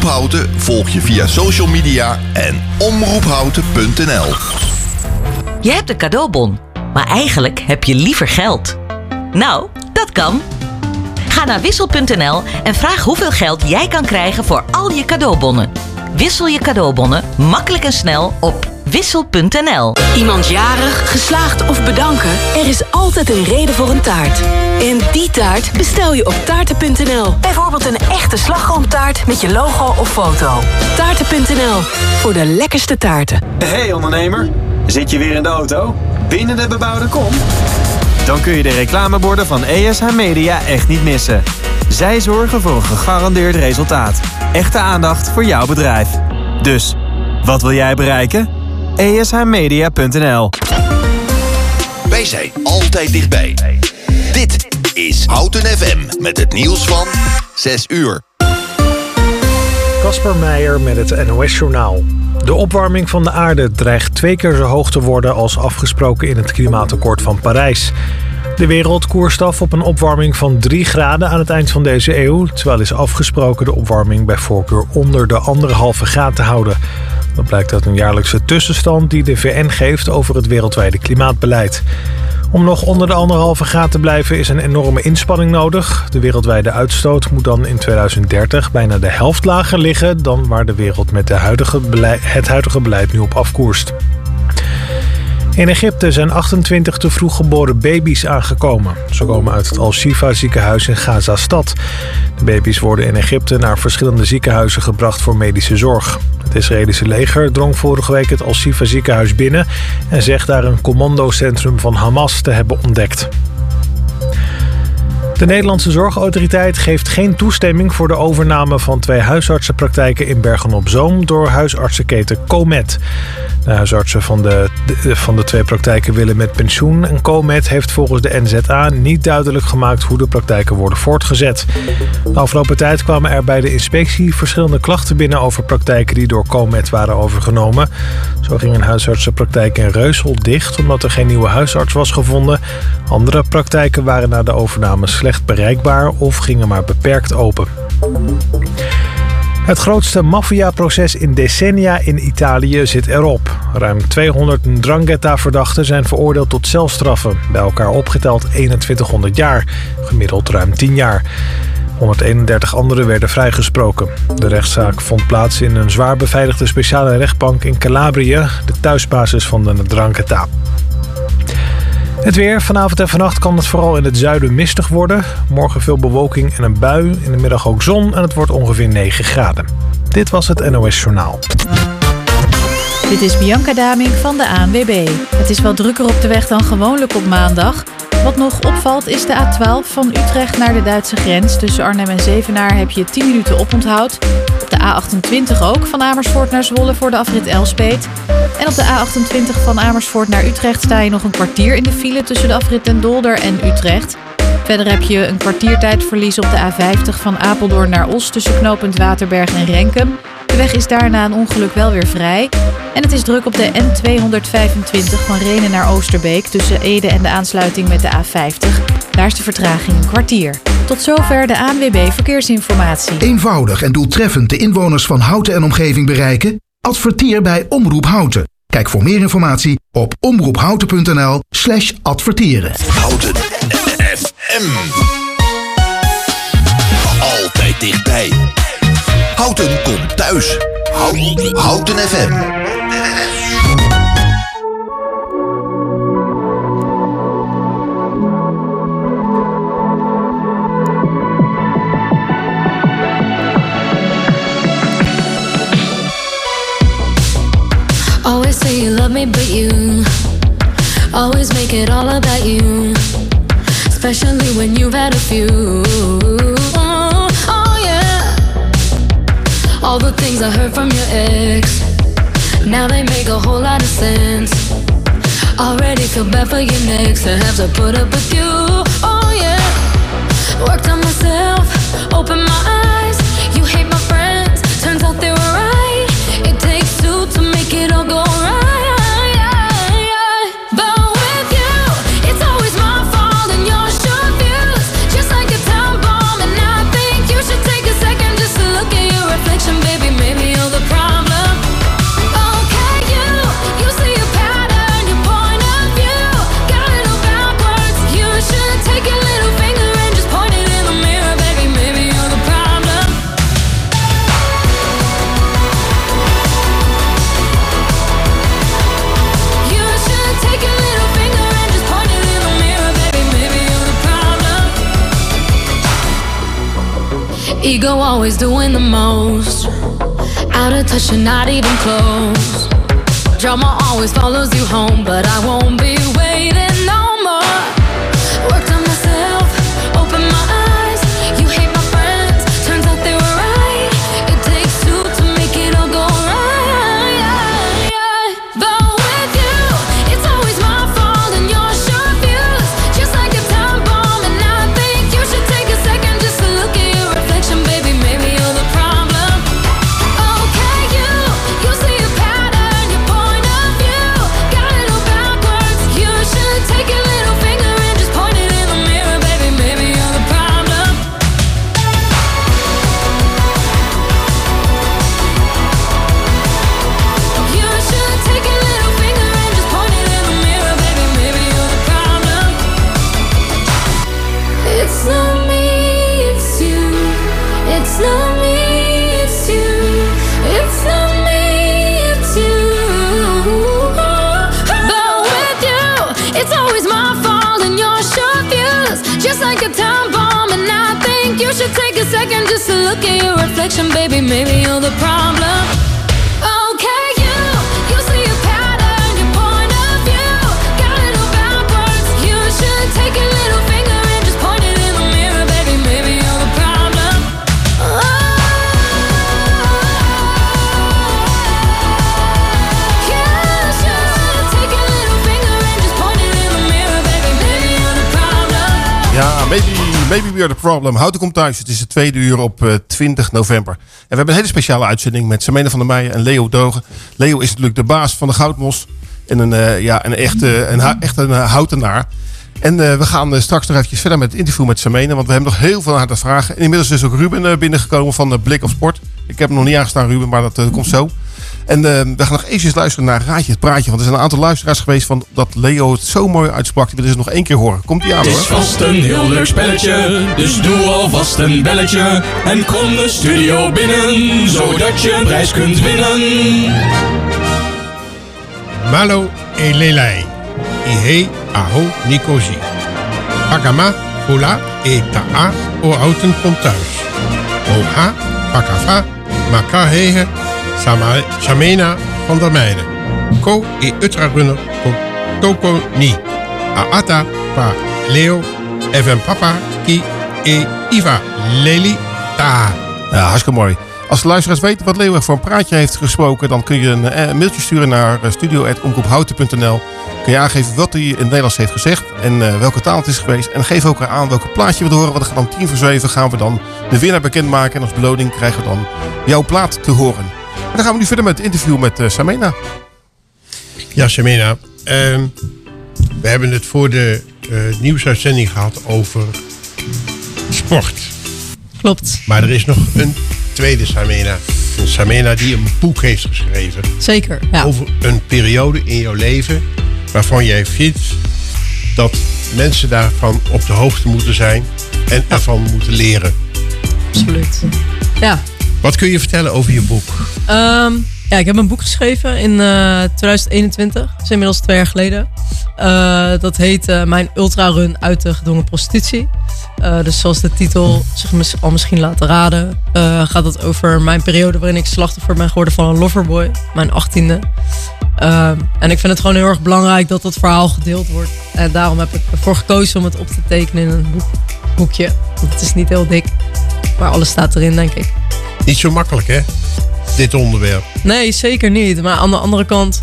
Houten volg je via social media en omroephouten.nl. Je hebt een cadeaubon, maar eigenlijk heb je liever geld. Nou, dat kan. Ga naar wissel.nl en vraag hoeveel geld jij kan krijgen voor al je cadeaubonnen. Wissel je cadeaubonnen makkelijk en snel op wissel.nl. Iemand jarig, geslaagd of bedanken? Er is altijd een reden voor een taart. En die taart bestel je op taarten.nl. Bijvoorbeeld een echte slagroomtaart met je logo of foto. Taarten.nl, voor de lekkerste taarten. Hey ondernemer, zit je weer in de auto? Binnen de bebouwde kom? Dan kun je de reclameborden van ESH Media echt niet missen. Zij zorgen voor een gegarandeerd resultaat. Echte aandacht voor jouw bedrijf. Dus, wat wil jij bereiken? ESHmedia.nl. Wij zijn altijd dichtbij. Dit is Houten FM met het nieuws van 6 uur. Kasper Meijer met het NOS-journaal. De opwarming van de aarde dreigt 2 keer zo hoog te worden als afgesproken in het klimaatakkoord van Parijs. De wereld koerst af op een opwarming van 3 graden aan het eind van deze eeuw, terwijl is afgesproken de opwarming bij voorkeur onder de 1,5 graad te houden. Dat blijkt uit een jaarlijkse tussenstand die de VN geeft over het wereldwijde klimaatbeleid. Om nog onder de 1,5 graad te blijven is een enorme inspanning nodig. De wereldwijde uitstoot moet dan in 2030 bijna de helft lager liggen dan waar de wereld met het huidige beleid nu op afkoerst. In Egypte zijn 28 te vroeg geboren baby's aangekomen. Ze komen uit het Al-Shifa ziekenhuis in Gaza-stad. De baby's worden in Egypte naar verschillende ziekenhuizen gebracht voor medische zorg. Het Israëlische leger drong vorige week het Al-Shifa ziekenhuis binnen en zegt daar een commandocentrum van Hamas te hebben ontdekt. De Nederlandse Zorgautoriteit geeft geen toestemming voor de overname van 2 huisartsenpraktijken in Bergen-op-Zoom door huisartsenketen Comet. De huisartsen van de 2 praktijken willen met pensioen en Comet heeft volgens de NZA niet duidelijk gemaakt hoe de praktijken worden voortgezet. De afgelopen tijd kwamen er bij de inspectie verschillende klachten binnen over praktijken die door Comet waren overgenomen. Zo ging een huisartsenpraktijk in Reusel dicht omdat er geen nieuwe huisarts was gevonden. Andere praktijken waren na de overname slecht bereikbaar of gingen maar beperkt open. Het grootste maffiaproces in decennia in Italië zit erop. Ruim 200 Ndrangheta-verdachten zijn veroordeeld tot celstraffen. Bij elkaar opgeteld 2100 jaar, gemiddeld ruim 10 jaar. 131 anderen werden vrijgesproken. De rechtszaak vond plaats in een zwaar beveiligde speciale rechtbank in Calabrië, de thuisbasis van de Ndrangheta. Het weer. Vanavond en vannacht kan het vooral in het zuiden mistig worden. Morgen veel bewolking en een bui. In de middag ook zon en het wordt ongeveer 9 graden. Dit was het NOS Journaal. Dit is Bianca Daming van de ANWB. Het is wel drukker op de weg dan gewoonlijk op maandag. Wat nog opvalt is de A12 van Utrecht naar de Duitse grens. Tussen Arnhem en Zevenaar heb je 10 minuten oponthoud. Op de A28 ook, van Amersfoort naar Zwolle voor de afrit Elspeet. En op de A28 van Amersfoort naar Utrecht sta je nog een kwartier in de file tussen de afrit Den Dolder en Utrecht. Verder heb je een kwartiertijdverlies op de A50 van Apeldoorn naar Os tussen knooppunt Waterberg en Renkum. De weg is daarna een ongeluk wel weer vrij. En het is druk op de N225 van Rhenen naar Oosterbeek tussen Ede en de aansluiting met de A50. Daar is de vertraging een kwartier. Tot zover de ANWB Verkeersinformatie. Eenvoudig en doeltreffend de inwoners van Houten en omgeving bereiken? Adverteer bij Omroep Houten. Kijk voor meer informatie op omroephouten.nl/adverteren. Houten FM. Altijd dichtbij. Houten komt thuis. Houten FM. Always say you love me, but you always make it all about you. Especially when you've had a few. Oh yeah. All the things I heard from your ex, now they make a whole lot of sense. Already feel bad for your next to have to put up with you. Oh yeah. Worked on myself, opened my eyes. You hate my friends, turns out they were right. It takes two to make it all go right. But with you, it's always my fault and your short views, just like a time bomb. And I think you should take a second just to look at your reflection, baby. Ego always doing the most. Out of touch and not even close. Drama always follows you home, but I won't be waiting no more. Worked on myself, open my eyes. You hate my friends, turns out they were right. It takes two to make it all go right. But with you, it's always my fault and your short views. Just like a time bomb, and I think you should take a second just to look at your reflection, baby. Maybe you're the problem. Okay, you see a pattern, your point of view. Got it all backwards. You should take your little finger and just point it in the mirror, baby. Maybe you're the problem. You should take your little finger and just point it in the mirror, baby. Maybe you're the problem. It's not me, it's you. It's not me, it's you. It's not me, it's you. But with you, it's always my fault and your short views. Just like a time bomb, and I think you should take a second just to look at your reflection, baby. Maybe you're the problem. Okay, you see a pattern, your point of view. Got it all backwards. You should take your little finger and just point it in the mirror, baby. Maybe you're the problem. You should take your little finger and just point it in the mirror, baby. Maybe you're the problem. Ja, maybe we are the problem. Houten komt thuis. Het is het 2e uur op 20 november. En we hebben een hele speciale uitzending met Samena van der Meijen en Leo Dogen. Leo is natuurlijk de baas van de Goudmos. En een echte houtenaar. En we gaan straks nog eventjes verder met het interview met Samena. Want we hebben nog heel veel aan te vragen. En inmiddels is ook Ruben binnengekomen van Blik op Sport. Ik heb hem nog niet aangestaan, Ruben, maar dat komt zo. En we gaan nog eventjes luisteren naar Raadje het Praatje. Want er zijn een aantal luisteraars geweest van dat Leo het zo mooi uitsprak. Die willen ze nog 1 keer horen. Komt ie aan, hoor. Het is vast een heel leuk spelletje, dus doe alvast een belletje. En kom de studio binnen, zodat je een prijs kunt winnen. Malo e lelai, ihe aho nikosi. Pagama, hula e ta'a o Houten komt thuis. Oha, pakava, makahehe, Samena van der Meijen. Ko e utrarunner toko ni. Aata pa Leo, even papa ki e Iva leli ta. Ja, hartstikke mooi. Als de luisteraars weten wat Leo voor een praatje heeft gesproken, dan kun je een mailtje sturen naar studio@omroephouten.nl. Kun je aangeven wat hij in het Nederlands heeft gezegd en welke taal het is geweest. En geef ook aan welke plaatje we te horen. Want dan gaan dan 6:50 gaan we dan de winnaar bekendmaken. En als beloning krijgen we dan jouw plaat te horen. En dan gaan we nu verder met het interview met Samena. Ja, Samena. We hebben het voor de nieuwsuitzending gehad over sport. Klopt. Maar er is nog een tweede Samena. Een Samena die een boek heeft geschreven. Zeker, ja. Over een periode in jouw leven waarvan jij vindt dat mensen daarvan op de hoogte moeten zijn en ervan moeten leren. Absoluut. Ja. Wat kun je vertellen over je boek? Ja, ik heb een boek geschreven in 2021. Dat is inmiddels 2 jaar geleden. Dat heet Mijn ultrarun uit de gedwongen prostitutie. Dus zoals de titel zich al misschien laat raden, gaat het over mijn periode waarin ik slachtoffer ben geworden van een loverboy. Mijn 18e. En ik vind het gewoon heel erg belangrijk dat dat verhaal gedeeld wordt. En daarom heb ik ervoor gekozen om het op te tekenen in een boekje. Want het is niet heel dik, maar alles staat erin, denk ik. Niet zo makkelijk, hè? Dit onderwerp. Nee, zeker niet. Maar aan de andere kant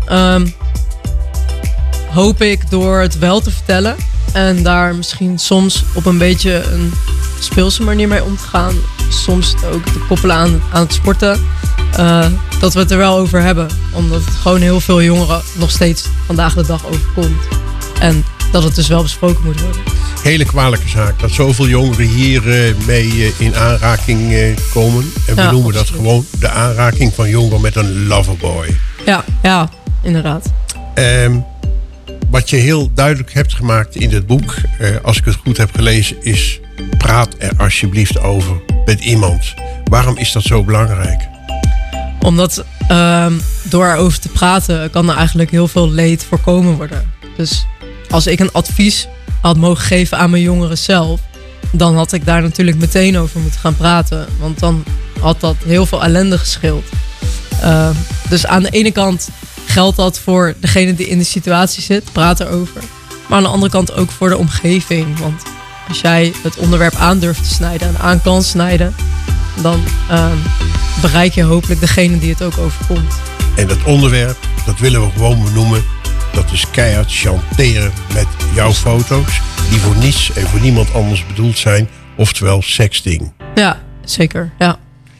hoop ik door het wel te vertellen en daar misschien soms op een beetje een speelse manier mee om te gaan, soms ook te koppelen aan het sporten, dat we het er wel over hebben. Omdat het gewoon heel veel jongeren nog steeds vandaag de dag overkomt. En dat het dus wel besproken moet worden. Hele kwalijke zaak. Dat zoveel jongeren hier mee in aanraking komen. En we noemen dat gewoon de aanraking van jongeren met een loverboy. Ja, inderdaad. Wat je heel duidelijk hebt gemaakt in het boek, als ik het goed heb gelezen, is praat er alsjeblieft over met iemand. Waarom is dat zo belangrijk? Omdat door erover te praten kan er eigenlijk heel veel leed voorkomen worden. Dus als ik een advies had mogen geven aan mijn jongeren zelf, dan had ik daar natuurlijk meteen over moeten gaan praten. Want dan had dat heel veel ellende gescheeld. Dus aan de ene kant geldt dat voor degene die in de situatie zit, praat erover. Maar aan de andere kant ook voor de omgeving. Want als jij het onderwerp aan durft te snijden en aan kan snijden, dan bereik je hopelijk degene die het ook overkomt. En dat onderwerp, dat willen we gewoon benoemen. Dat is keihard chanteren met jouw foto's. Die voor niets en voor niemand anders bedoeld zijn. Oftewel sexting. Ja, zeker. Ja.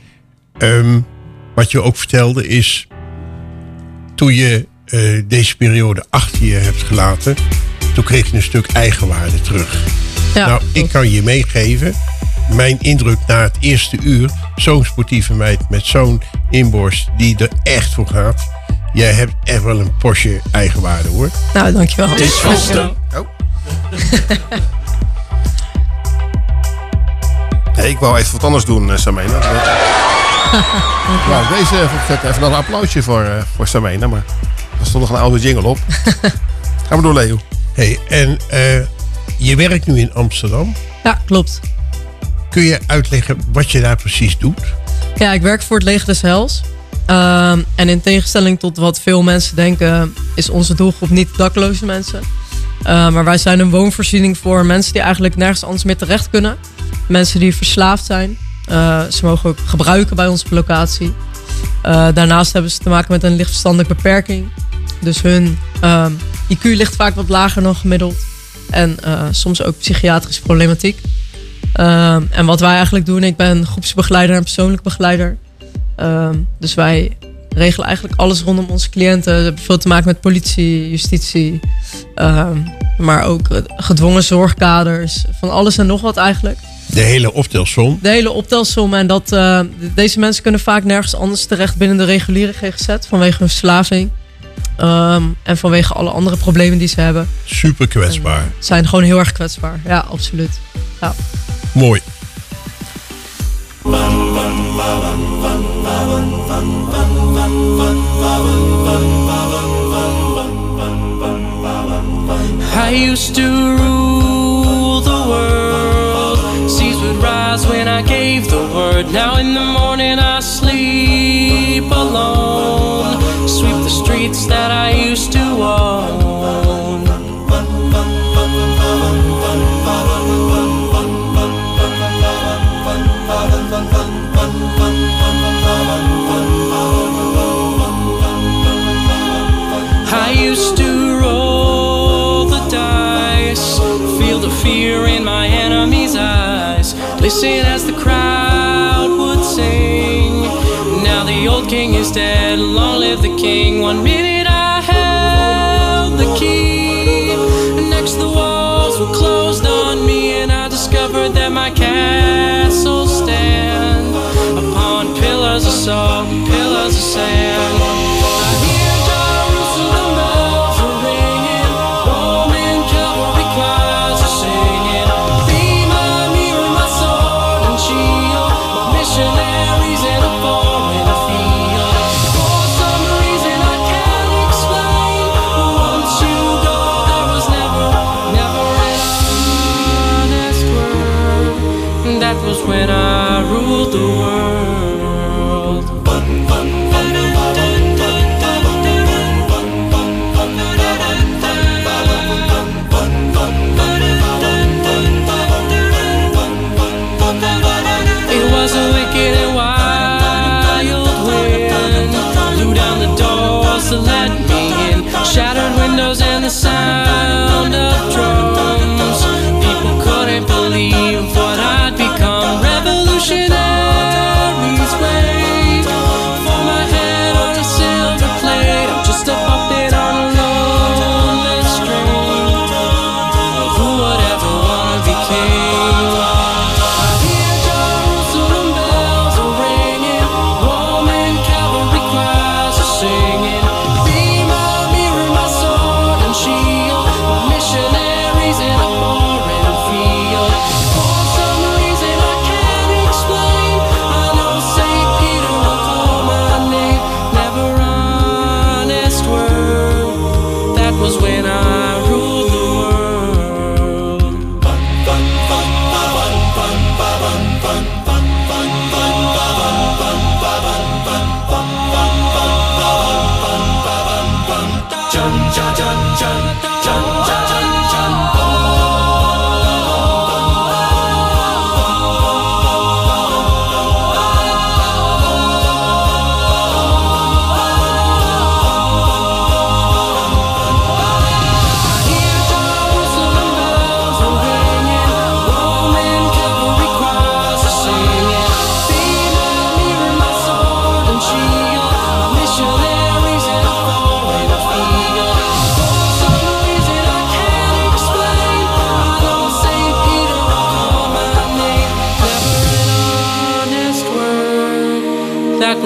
Wat je ook vertelde is, toen je deze periode achter je hebt gelaten, toen kreeg je een stuk eigenwaarde terug. Ja, nou, ik kan je meegeven, mijn indruk na het eerste uur, zo'n sportieve meid met zo'n inborst die er echt voor gaat. Jij hebt echt wel een Porsche eigenwaarde, hoor. Nou, dankjewel. Het is vaste. Hey, ik wou even wat anders doen, Samena. Nou, deze even een applausje voor Samena, maar er stond nog een oude jingle op. Gaan we door, Leo. Hey, en je werkt nu in Amsterdam. Ja, klopt. Kun je uitleggen wat je daar precies doet? Ja, ik werk voor het Leger des Heils. En in tegenstelling tot wat veel mensen denken, is onze doelgroep niet dakloze mensen. Maar wij zijn een woonvoorziening voor mensen die eigenlijk nergens anders meer terecht kunnen. Mensen die verslaafd zijn. Ze mogen ook gebruiken bij onze locatie. Daarnaast hebben ze te maken met een lichtverstandelijke beperking. Dus hun IQ ligt vaak wat lager dan gemiddeld. En soms ook psychiatrische problematiek. En wat wij eigenlijk doen, ik ben groepsbegeleider en persoonlijk begeleider. Dus wij regelen eigenlijk alles rondom onze cliënten. We hebben veel te maken met politie, justitie. Maar ook gedwongen zorgkaders. Van alles en nog wat eigenlijk. De hele optelsom? De hele optelsom. En deze mensen kunnen vaak nergens anders terecht binnen de reguliere GGZ. Vanwege hun verslaving. En vanwege alle andere problemen die ze hebben. Super kwetsbaar. Zijn gewoon heel erg kwetsbaar. Ja, absoluut. Ja. Mooi. I used to rule the world. Seas would rise when I gave the word. Now in the morning I sleep alone. Sweep the streets that I used to own. I used to roll the dice, feel the fear in my enemy's eyes, listen as the crowd would sing. Now the old king is dead, long live the king. 1 minute I held the key, next the walls were closed on me, and I discovered that my castle stand upon pillars of salt, pillars of sand. When I ruled the world. It was a wicked and wild wind, blew down the doors to let me in, shattered windows and the sound of drums. People couldn't believe what I'd become. Revolutionary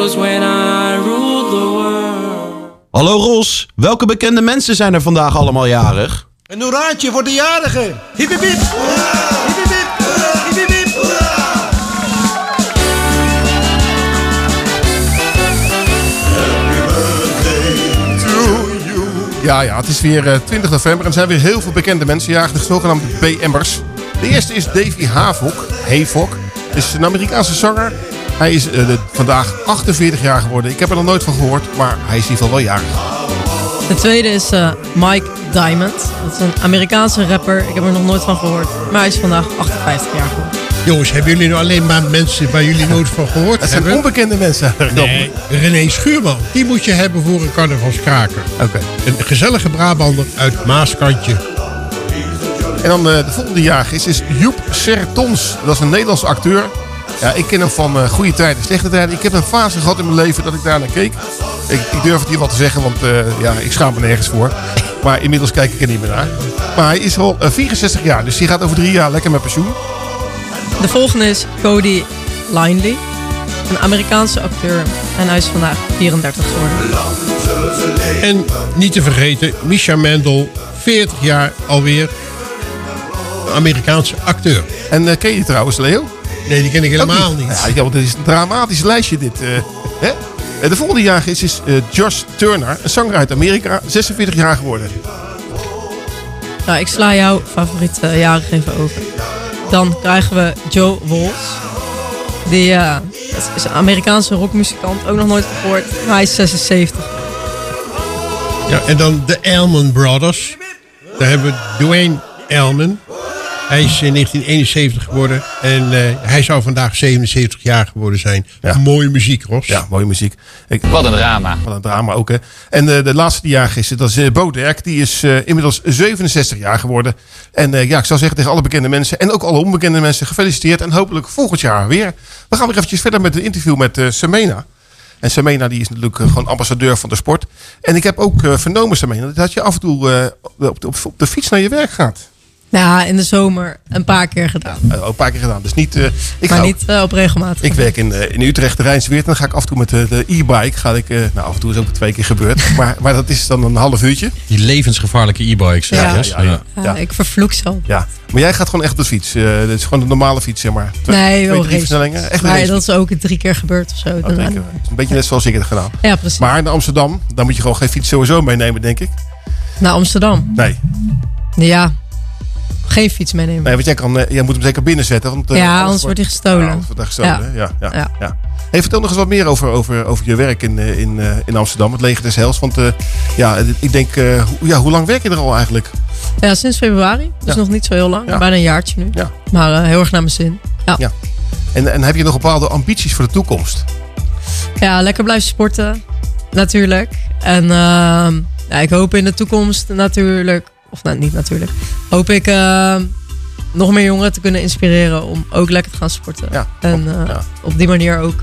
was when I ruled the world. Hallo Ros, welke bekende mensen zijn er vandaag allemaal jarig? Een hoeraatje voor de jarigen. Hip hip hip. Hip hip hip. Hip hip hip. Ja, het is weer 20 november en er zijn weer heel veel bekende mensen jarig, de zogenaamde BM'ers. De eerste is Davy Havok. Het is een Amerikaanse zanger. Hij is vandaag 48 jaar geworden. Ik heb er nog nooit van gehoord, maar hij is in ieder geval wel jarig. De tweede is Mike Diamond. Dat is een Amerikaanse rapper. Ik heb er nog nooit van gehoord. Maar hij is vandaag 58 jaar geworden. Jongens, hebben jullie nou alleen maar mensen waar jullie nooit van gehoord Dat hebben? zijn onbekende mensen. Nee, René Schuurman. Die moet je hebben voor een carnavalskraker. Oké. Een gezellige Brabander uit Maaskantje. En dan de volgende jarig is Joep Sertons. Dat is een Nederlandse acteur. Ja, ik ken hem van goede tijden, slechte tijden. Ik heb een fase gehad in mijn leven dat ik daar naar keek. Ik durf het hier wel te zeggen, want ik schaam me nergens voor. Maar inmiddels kijk ik er niet meer naar. Maar hij is al 64 jaar, dus die gaat over 3 jaar lekker met pensioen. De volgende is Cody Linley. Een Amerikaanse acteur. En hij is vandaag 34 geworden. En niet te vergeten, Misha Mendel, 40 jaar alweer. Amerikaanse acteur. En ken je die trouwens, Leo? Nee, die ken ik helemaal niet. Ja, want het is een dramatisch lijstje dit. Hè? De volgende jaar is Josh Turner, een zanger uit Amerika, 46 jaar geworden. Nou, ik sla jouw favoriete jarig even over. Dan krijgen we Joe Walsh. Die is een Amerikaanse rockmuzikant, ook nog nooit gehoord. Hij is 76. Ja, en dan de Allman Brothers. Daar hebben we Duane Allman. Hij is in 1971 geworden en hij zou vandaag 77 jaar geworden zijn. Ja. Mooie muziek, Ros. Ja, mooie muziek. Wat een drama. Wat een drama ook, hè. En de laatste die jarig is, dat is Bo Derk. Die is inmiddels 67 jaar geworden. En ik zou zeggen tegen alle bekende mensen en ook alle onbekende mensen, gefeliciteerd. En hopelijk volgend jaar weer. We gaan weer eventjes verder met een interview met Semena. En Semena die is natuurlijk gewoon ambassadeur van de sport. En ik heb ook vernomen, Semena, dat je af en toe op de fiets naar je werk gaat. Ja, in de zomer een paar keer gedaan. Een paar keer gedaan. Dus niet, niet op regelmatig. Ik werk in Utrecht, de Rijnsweert. En dan ga ik af en toe met de e-bike. Af en toe is ook 2 keer gebeurd. maar dat is dan een half uurtje. Die levensgevaarlijke e-bikes. Ja, ik vervloek zo. Ja. Maar jij gaat gewoon echt op de fiets. Dat is gewoon een normale fiets, zeg maar. 2-3 versnellingen. Echt maar dat is ook 3 keer gebeurd of zo. Een beetje net zoals ik het gedaan. Ja, precies. Maar naar Amsterdam, dan moet je gewoon geen fiets sowieso meenemen, denk ik. Naar Amsterdam? Nee. Ja. Geen fiets meenemen. Nee, want jij moet hem zeker binnenzetten. Want, anders wordt hij gestolen. Ja. Hey, vertel nog eens wat meer over je werk in Amsterdam, het Leger des Heils. Want ik denk, hoe lang werk je er al eigenlijk? Ja, sinds februari. Dus nog niet zo heel lang. Ja. Bijna een jaartje nu. Ja. Maar heel erg naar mijn zin. Ja. En heb je nog bepaalde ambities voor de toekomst? Ja, lekker blijven sporten. Natuurlijk. En ik hoop in de toekomst natuurlijk... Of nou, niet natuurlijk. Hoop ik nog meer jongeren te kunnen inspireren om ook lekker te gaan sporten. Ja, op die manier ook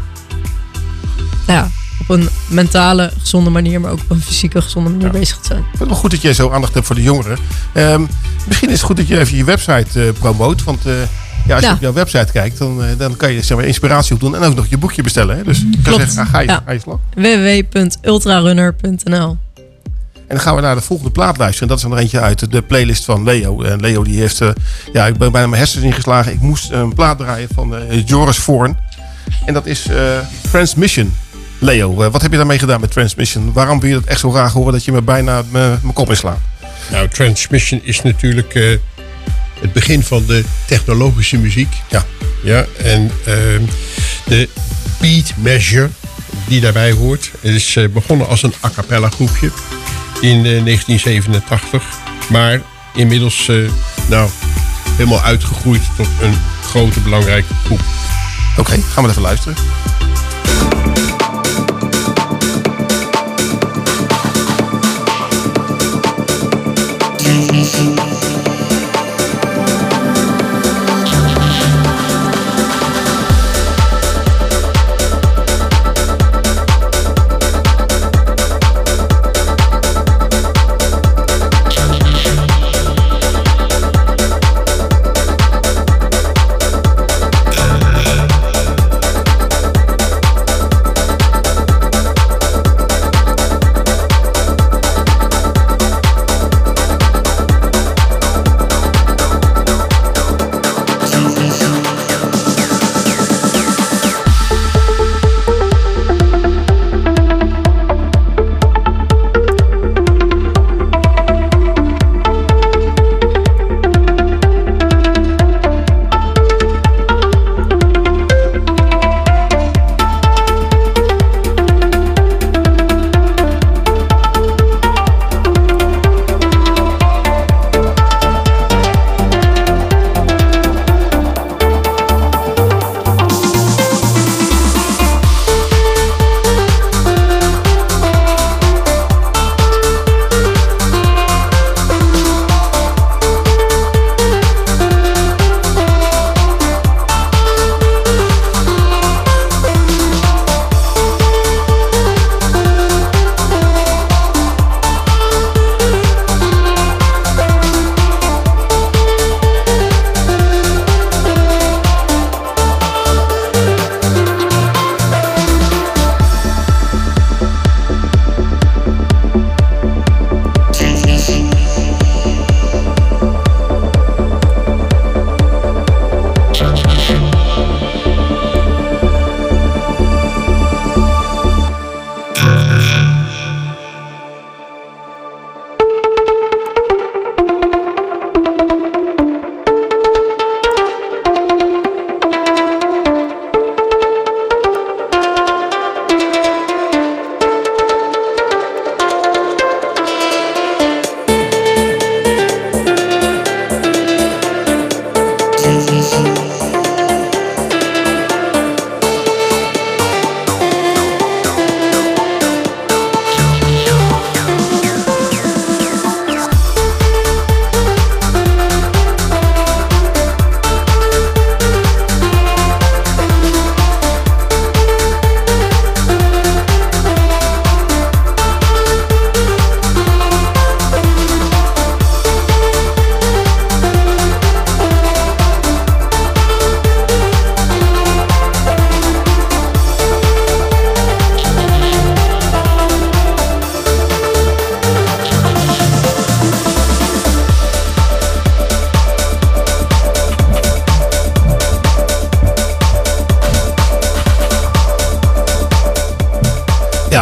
op een mentale gezonde manier, maar ook op een fysieke gezonde manier bezig te zijn. Ik vind het wel goed dat jij zo aandacht hebt voor de jongeren. Misschien is het goed dat je even je website promoot. Want als je op jouw website kijkt, dan kan je inspiratie opdoen en ook nog je boekje bestellen. Hè? Dus ik kan zeggen, ga je slag. www.ultrarunner.nl. En dan gaan we naar de volgende plaat luisteren. En dat is er eentje uit de playlist van Leo. En Leo die heeft... ik ben bijna mijn hersens ingeslagen. Ik moest een plaat draaien van Joris Voorn. En dat is Transmission. Leo, wat heb je daarmee gedaan met Transmission? Waarom wil je dat echt zo graag horen dat je me bijna mijn kop inslaat? Nou, Transmission is natuurlijk het begin van de technologische muziek. Ja, en de beat measure die daarbij hoort. Het is begonnen als een a cappella groepje in 1987. Maar inmiddels helemaal uitgegroeid tot een grote belangrijke groep. Oké, gaan we even luisteren.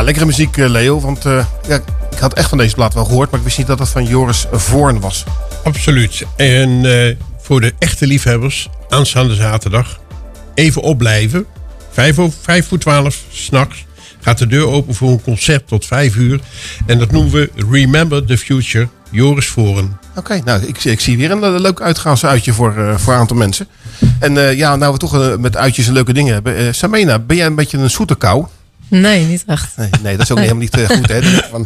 Ja, lekkere muziek, Leo. Want ik had echt van deze plaat wel gehoord, maar ik wist niet dat het van Joris Voorn was. Absoluut. En voor de echte liefhebbers, aanstaande zaterdag, even opblijven. 5:55 s'nachts gaat de deur open voor een concert tot 5 uur. En dat noemen we Remember the Future, Joris Voorn. Oké, nou, ik zie weer een leuk uitgaansuitje voor een aantal mensen. En nou we toch met uitjes en leuke dingen hebben. Samena, ben jij een beetje een zoete kou? Nee, niet echt. Nee, dat is ook helemaal niet goed, hè?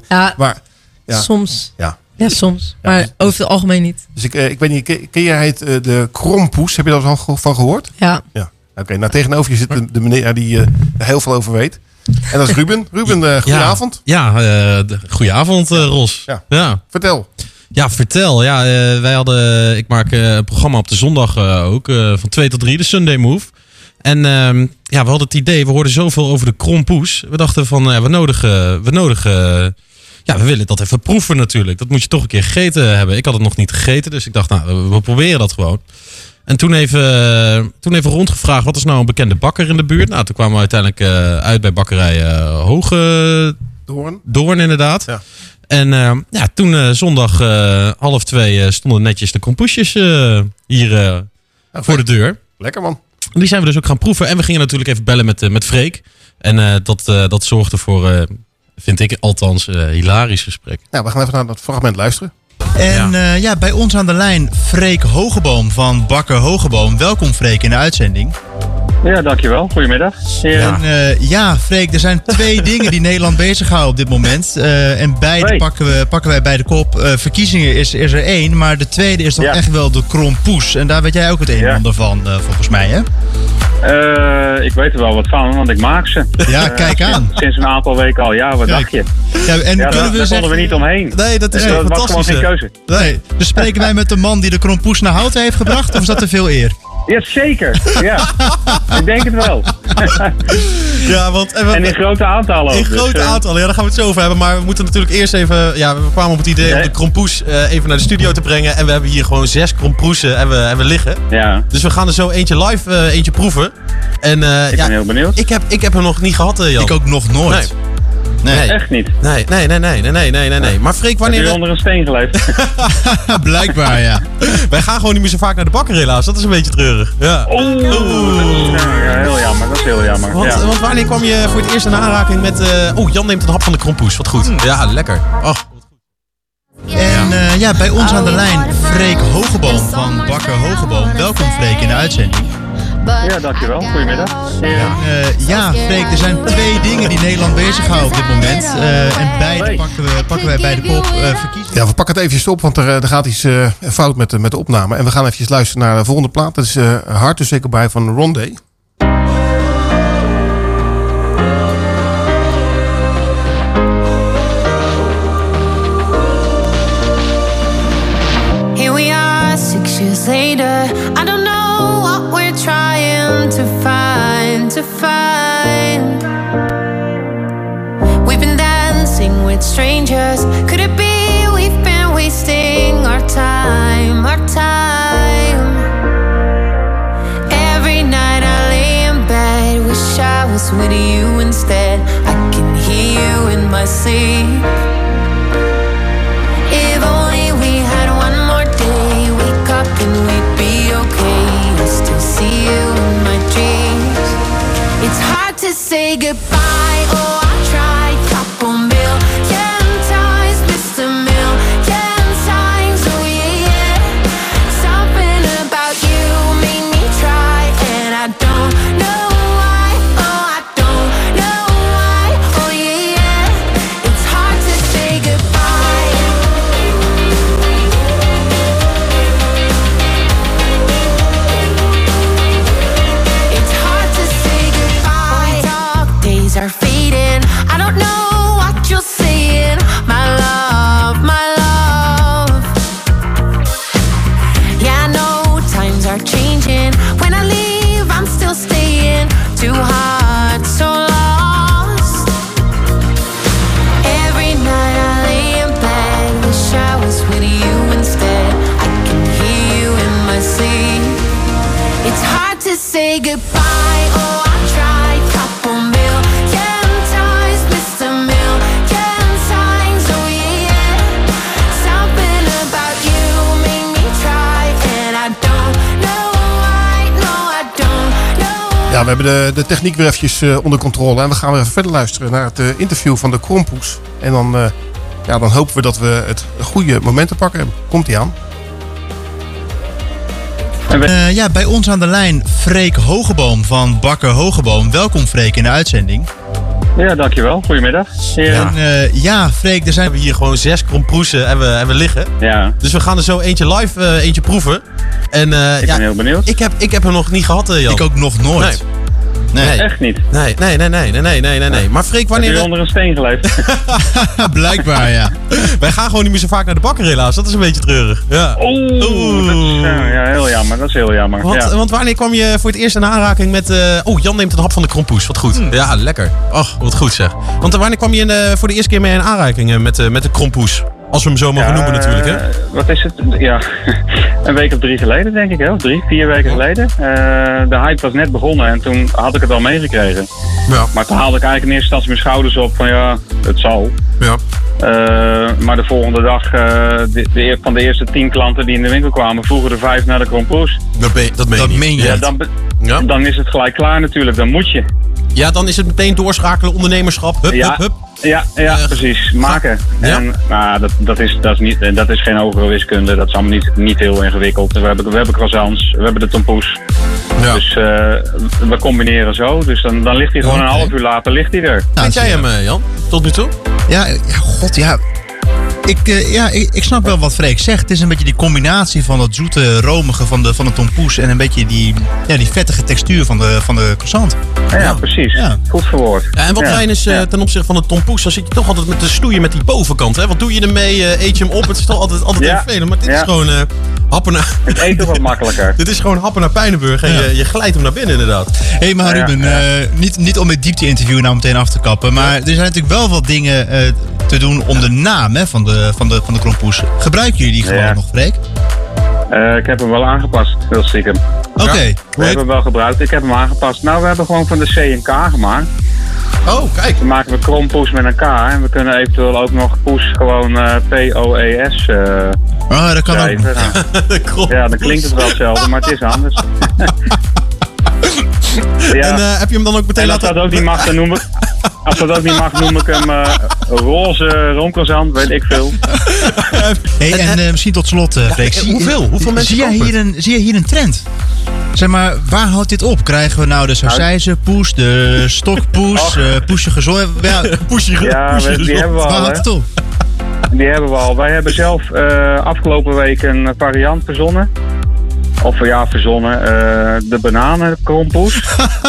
Soms. Ja. Ja, soms. Maar over het algemeen niet. Dus ik weet niet, ken jij de krompoes? Heb je daar al van gehoord? Ja. Oké, nou tegenover je zit de meneer die er heel veel over weet. En dat is Ruben. Ruben, goedenavond. Goedenavond, Ros. Ja. Vertel. Ja, vertel. Ja, ik maak een programma op de zondag ook. Van 2 tot 3, de Sunday Move. En we hadden het idee, we hoorden zoveel over de krompoes. We dachten van, we willen dat even proeven natuurlijk. Dat moet je toch een keer gegeten hebben. Ik had het nog niet gegeten, dus ik dacht, we proberen dat gewoon. En toen even rondgevraagd, wat is nou een bekende bakker in de buurt? Nou, toen kwamen we uiteindelijk uit bij bakkerij Hoge Doorn inderdaad. Ja. En toen zondag 1:30 stonden netjes de krompoesjes hier voor de deur. Lekker man. Die zijn we dus ook gaan proeven. En we gingen natuurlijk even bellen met Freek. En dat zorgde voor, vind ik althans, hilarisch gesprek. Nou, we gaan even naar dat fragment luisteren. En bij ons aan de lijn Freek Hogeboom van Bakker Hogeboom. Welkom Freek in de uitzending. Ja, dankjewel. Goedemiddag. En Freek, er zijn 2 dingen die Nederland bezighouden op dit moment. En beide pakken wij bij de kop. Verkiezingen is er 1, maar de tweede is toch echt wel de krompoes. En daar weet jij ook het een en ander van, volgens mij, hè? Ik weet er wel wat van, want ik maak ze. Ja, kijk aan. Sinds een aantal weken al. Ja, wat dacht je? Ja, en daar konden we niet omheen. Nee, dat is fantastisch. Dat was gewoon geen keuze. Nee. Dus spreken wij met de man die de krompoes naar Houten heeft gebracht? Of is dat te veel eer? Ja, zeker. Ja. Ik denk het wel. En in grote aantallen ook. In grote aantallen, daar gaan we het zo over hebben. Maar we moeten natuurlijk eerst even... Ja, we kwamen op het idee om de krompoes even naar de studio te brengen. En we hebben hier gewoon 6 krompoesen en we liggen. Ja. Dus we gaan er zo eentje proeven. En, ik ben heel benieuwd. Ik heb hem nog niet gehad, Jan. Ik ook nog nooit. Nee. Echt niet? Nee. Maar Freek, wanneer... Heb je onder een steen geleefd? Blijkbaar, ja. Wij gaan gewoon niet meer zo vaak naar de bakker helaas. Dat is een beetje treurig. Ja. Heel jammer. Dat is heel jammer. Want wanneer kwam je voor het eerst in aanraking met... Jan neemt een hap van de krompoes. Wat goed. Ja, lekker. Oh. En bij ons aan de lijn Freek Hogeboom van Bakker Hogeboom. Welkom Freek in de uitzending. Ja, dankjewel. Goedemiddag. Freek, er zijn 2 dingen die Nederland bezighouden op dit moment. En beide pakken wij bij de kop. Verkiezingen. Ja, we pakken het eventjes op, want er gaat iets fout met de opname. En we gaan eventjes luisteren naar de volgende plaat. Dat is Hard to Say Goodbye van Rondé. Here we are 6 years later. I don't know what we're trying to find. We've been dancing with strangers. Could it be we've been wasting our time? Every night I lay in bed, wish I was with you instead. I can hear you in my sleep. If only we had one more day, wake up and we'd be okay. I still see you in my dreams. It's hard to say goodbye. Oh, I tried couple million times, missed a million times. Oh yeah. Something about you made me try, and I don't know why. Oh, I don't know why. Oh yeah. It's hard to say goodbye. It's hard to say goodbye. Dark days are fading. I don't know what you're saying. My love, my love. Yeah, I know times are changing. When I leave, I'm still staying. Too hard, so lost. Every night I lay in bed, wish I was with you instead. I can hear you in my sleep. It's hard to say goodbye. Oh, I tried couple million times, missed a million. Ja, we hebben de techniek weer eventjes onder controle. En we gaan weer even verder luisteren naar het interview van de Krompoes. En dan hopen we dat we het goede momenten pakken. Komt-ie aan. Bij ons aan de lijn Freek Hogeboom van Bakker Hogeboom. Welkom Freek in de uitzending. Ja, dankjewel. Goedemiddag. Freek, er zijn we hier gewoon 6 krompoesen en we liggen. Ja. Dus we gaan er zo eentje live eentje proeven. En, ik ben heel benieuwd. Ik heb hem nog niet gehad, Jan. Ik ook nog nooit. Nee. Echt niet? Nee. Maar Freek, wanneer... Heb je onder een steen geleefd? Blijkbaar, ja. Wij gaan gewoon niet meer zo vaak naar de bakker helaas. Dat is een beetje treurig. Ja. Heel jammer. Dat is heel jammer. Want wanneer kwam je voor het eerst in aanraking met... Jan neemt een hap van de krompoes. Wat goed. Ja, lekker. Och, wat goed zeg. Want wanneer kwam je voor de eerste keer mee in aanraking met de krompoes? Als we hem zo mogen noemen natuurlijk, hè? Wat is het? Ja, een week of 3 geleden, denk ik. 4 weken geleden. De hype was net begonnen en toen had ik het al meegekregen. Ja. Maar toen haalde ik eigenlijk in eerste instantie mijn schouders op van het zal. Ja. Maar de volgende dag, van de eerste 10 klanten die in de winkel kwamen, vroegen er 5 naar de krompoes. Dat meen je. Dan is het gelijk klaar natuurlijk, dan moet je. Ja, dan is het meteen doorschakelen, ondernemerschap. Hup. Ja, precies. Maken. Ja? En dat is geen hogere wiskunde. Dat is allemaal niet heel ingewikkeld. We hebben croissants, we hebben de tompoes. Ja. Dus we combineren zo. Dus dan ligt hij gewoon een half uur later ligt hij er. Vind jij hem, Jan? Tot nu toe? Ja. Ik snap wel wat Freek zegt. Het is een beetje die combinatie van dat zoete, romige van de tompoes en een beetje die vettige textuur van de croissant. Ja, precies. Ja. Goed verwoord. Ja, en wat fijn is ten opzichte van de tompoes, dan zit je toch altijd met te stoeien met die bovenkant. Hè? Wat doe je ermee? Eet je hem op? Het is toch altijd vervelend. Maar dit is gewoon happen naar... Het eten wat makkelijker. Dit is gewoon happen naar Pijnenburg en je glijdt hem naar binnen inderdaad. Maar Ruben, niet om het diepte-interview nou meteen af te kappen, maar er zijn natuurlijk wel wat dingen te doen om de naam van de krompoes. Gebruiken jullie die gewoon nog, Freek? Ik heb hem wel aangepast, heel stiekem. Oké. We hebben hem wel gebruikt. Ik heb hem aangepast. Nou, we hebben gewoon van de C een K gemaakt. Oh, kijk. Dan maken we krompoes met een K. En we kunnen eventueel ook nog poes gewoon P-O-E-S dat kan schrijven. ook. Ja, dan klinkt het wel hetzelfde, maar het is anders. En heb je hem dan ook meteen laten... Als dat ook niet mag, dan noem ik hem roze roomcroissant, weet ik veel. Misschien tot slot, Freek. Hoeveel mensen zie je hier een trend? Zeg maar, waar houdt dit op? Krijgen we nou de sausijzenpoes, de stokpoes, poesje gezond? Die hebben we al. Waar houdt het op? Die hebben we al. Wij hebben zelf afgelopen week een variant verzonnen. De bananenkrompoes.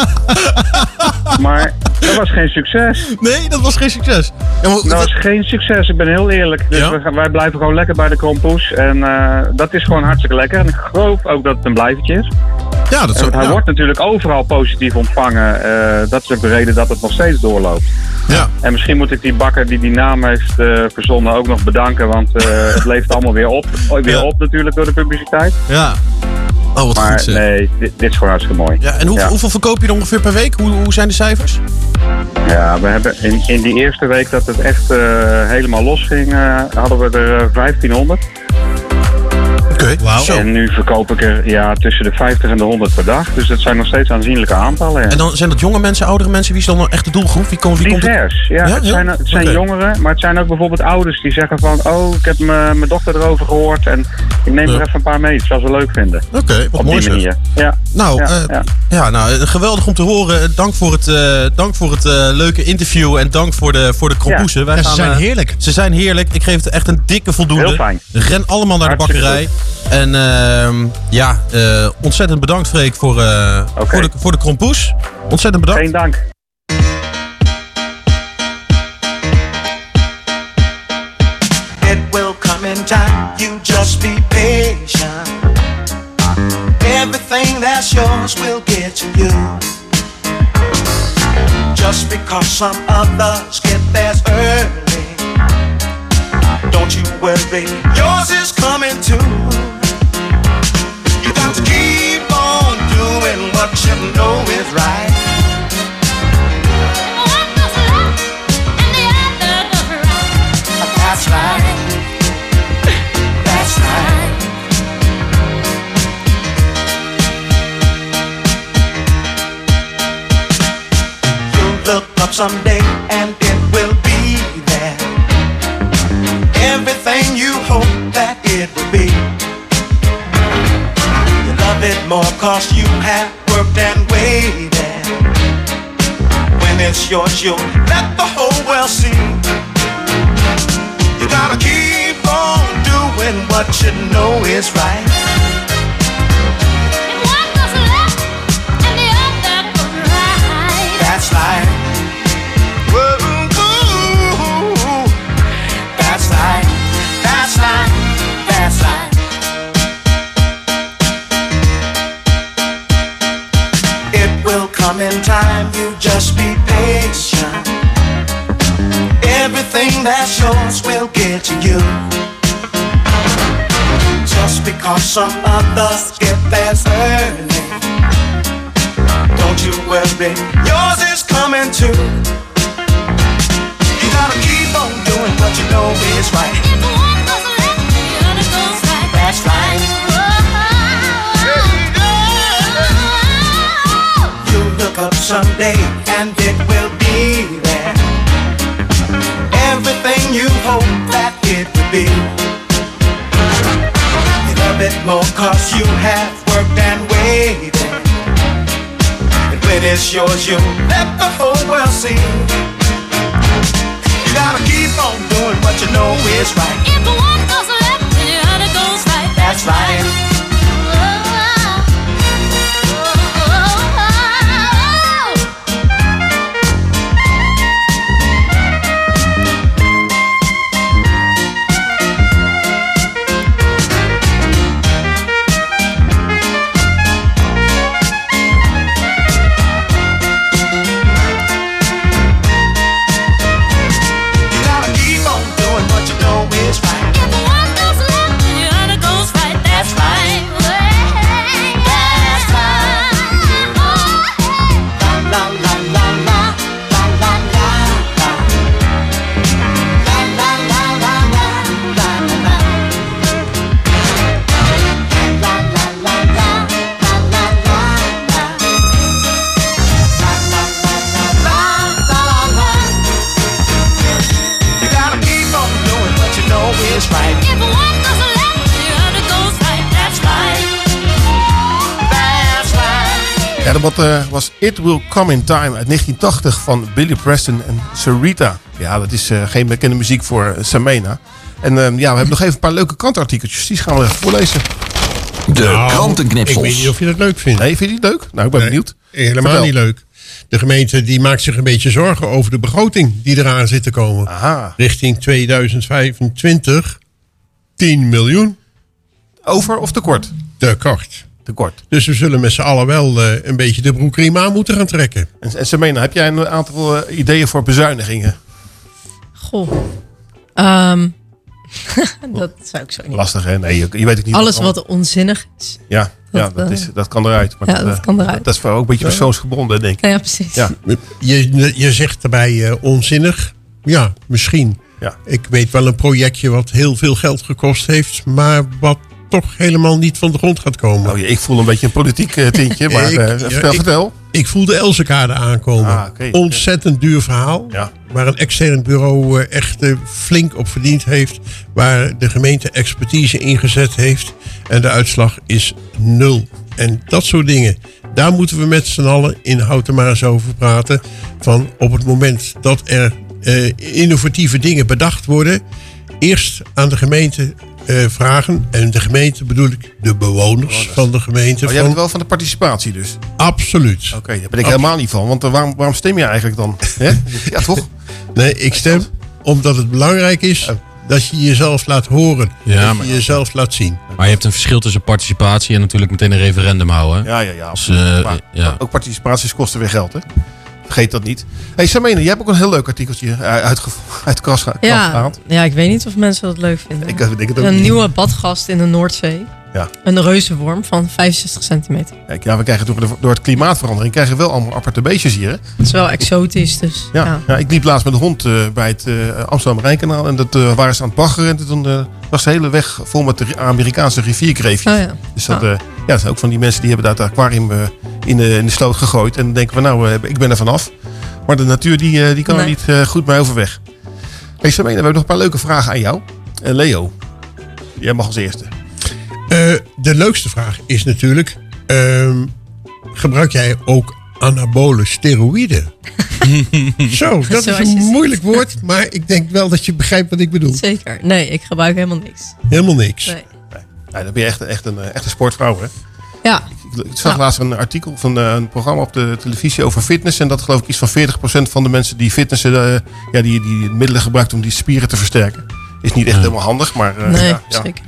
Maar dat was geen succes. Nee, dat was geen succes. Dat was geen succes, ik ben heel eerlijk. Dus wij blijven gewoon lekker bij de krompoes. En dat is gewoon hartstikke lekker. En ik geloof ook dat het een blijvertje is. Ja, dat is hij wordt natuurlijk overal positief ontvangen. Dat is ook de reden dat het nog steeds doorloopt. Ja. En misschien moet ik die bakker die naam heeft verzonnen ook nog bedanken. Want het leeft allemaal weer op natuurlijk door de publiciteit. Ja. Oh, wat maar goed zeg. Nee, dit is gewoon hartstikke mooi. Ja, en hoeveel verkoop je er ongeveer per week? Hoe zijn de cijfers? Ja, we hebben in die eerste week dat het echt helemaal los ging, hadden we er 1500. Oké. Wow. En nu verkoop ik er tussen de 50 en de 100 per dag. Dus dat zijn nog steeds aanzienlijke aantallen. Ja. En dan zijn dat jonge mensen, oudere mensen? Wie is dan echt de doelgroep? Wie komt divers. Het zijn jongeren, maar het zijn ook bijvoorbeeld ouders die zeggen van... ik heb mijn dochter erover gehoord en ik neem er even een paar mee. Dat zou ze leuk vinden. Oké, wat mooi manier. Ja. Nou, geweldig om te horen. Dank voor het leuke interview en dank voor de krompoesen. Ja. Ze zijn heerlijk. Ze zijn heerlijk. Ik geef het echt een dikke voldoende. Heel fijn. Ren allemaal naar de bakkerij. Goed. En ontzettend bedankt Freek voor de krompoes. Ontzettend bedankt. Geen dank. It will come in time, you just be patient. Everything that's yours will get to you. Just because some others get theirs early, don't you worry, yours is coming too. You got to keep on doing what you know is right. One does left and the other does right. That's right. That's right. someday and it will be there. Everything you hope that it will be. You love it more cause you have worked and waited. When it's yours you'll let the whole world see. You gotta keep on doing what you know is right. That's life. Whoa, ooh, that's life. That's life. That's life. It will come in time. You just be patient. Everything that's yours will get to you. Just because some others get theirs early, don't you worry, yours is coming too. You gotta keep on doing what you know is right. If one goes left, the other goes right. That's right. You'll look up someday and it will be there. Everything you hope that it will be. You love it more cause you have worked and waited. When it's yours, you let the whole world see. You gotta keep on doing what you know is right. If the one goes left, then the other goes right. That's right. Dat was It Will Come in Time uit 1980 van Billy Preston en Sarita. Ja, dat is geen bekende muziek voor Samena. En ja, we hebben nog even een paar leuke krantenartikeltjes. Die gaan we even voorlezen. De krantenknipsels. Ik weet niet of je dat leuk vindt. Nee, vind je het leug? Nou, ik ben benieuwd. Helemaal Vertel. niet leuk. De gemeente die maakt zich een beetje zorgen over de begroting die eraan zit te komen. Aha. Richting 2025 10 miljoen. Over of tekort? Tekort. Tekort. Dus we zullen met z'n allen wel een beetje de broekriem aan moeten gaan trekken. En Samena, heb jij een aantal ideeën voor bezuinigingen? Goh. Dat zou ik zo niet. Lastig, hè? Nee, je weet ook niet. Alles wat onzinnig is. Ja, dat kan eruit. Maar ja, dat kan eruit. Dat is ook een beetje persoonsgebonden, denk ik. Ja, precies. Ja. Je zegt erbij onzinnig. Ja, misschien. Ja. Ik weet wel een projectje wat heel veel geld gekost heeft, maar wat toch helemaal niet van de grond gaat komen. Oh, ik voel een beetje een politiek tintje, maar vertel. Ik voel de Elsekade aankomen. Okay. Ontzettend duur verhaal. Ja. Waar een extern bureau echt flink op verdiend heeft. Waar de gemeente expertise ingezet heeft. En de uitslag is 0. En dat soort dingen. Daar moeten we met z'n allen in Houten maar eens over praten. Van op het moment dat er innovatieve dingen bedacht worden. Eerst aan de gemeente vragen. En de gemeente bedoel ik de bewoners van de gemeente. Oh, jij bent wel van de participatie dus? Absoluut. Oké, daar ben ik helemaal niet van. Want waarom stem je eigenlijk dan? Ja, toch? Nee, ik stem omdat het belangrijk is dat je jezelf laat horen. Ja, dat je jezelf laat zien. Maar je hebt een verschil tussen participatie en natuurlijk meteen een referendum houden. Ja. Dus, maar ook participaties kosten weer geld, hè? Vergeet dat niet. Hey Samena, jij hebt ook een heel leuk artikeltje uit de kast gehaald. Ja, ik weet niet of mensen dat leuk vinden. Ik denk het ook een niet. nieuwe badgast in de Noordzee. Ja. Een reuzenworm van 65 centimeter. Kijk, ja, we krijgen door het klimaatverandering krijgen we wel allemaal aparte beestjes hier. Hè? Het is wel exotisch, dus. Ja, ik liep laatst met de hond bij het Amsterdam-Rijnkanaal. En dat waren ze aan het baggeren. En toen was de hele weg vol met de Amerikaanse rivierkreefjes. Oh, ja. Dus dat zijn ook van die mensen die hebben daar het aquarium in de sloot gegooid. En dan denken we, nou, ik ben er vanaf. Maar de natuur die kan er niet goed mee overweg. Hey Samena, we hebben nog een paar leuke vragen aan jou. Leo, jij mag als eerste. De leukste vraag is natuurlijk... gebruik jij ook anabole steroïden? Zo, dat is een moeilijk woord. Maar ik denk wel dat je begrijpt wat ik bedoel. Zeker. Nee, ik gebruik helemaal niks. Helemaal niks? Nee. Dan ben je echt een sportvrouw, hè? Ja. Ik zag laatst een artikel van een programma op de televisie over fitness. En dat geloof ik iets van 40% van de mensen die fitnessen... die middelen gebruikt om die spieren te versterken. Is niet echt helemaal handig, maar... zeker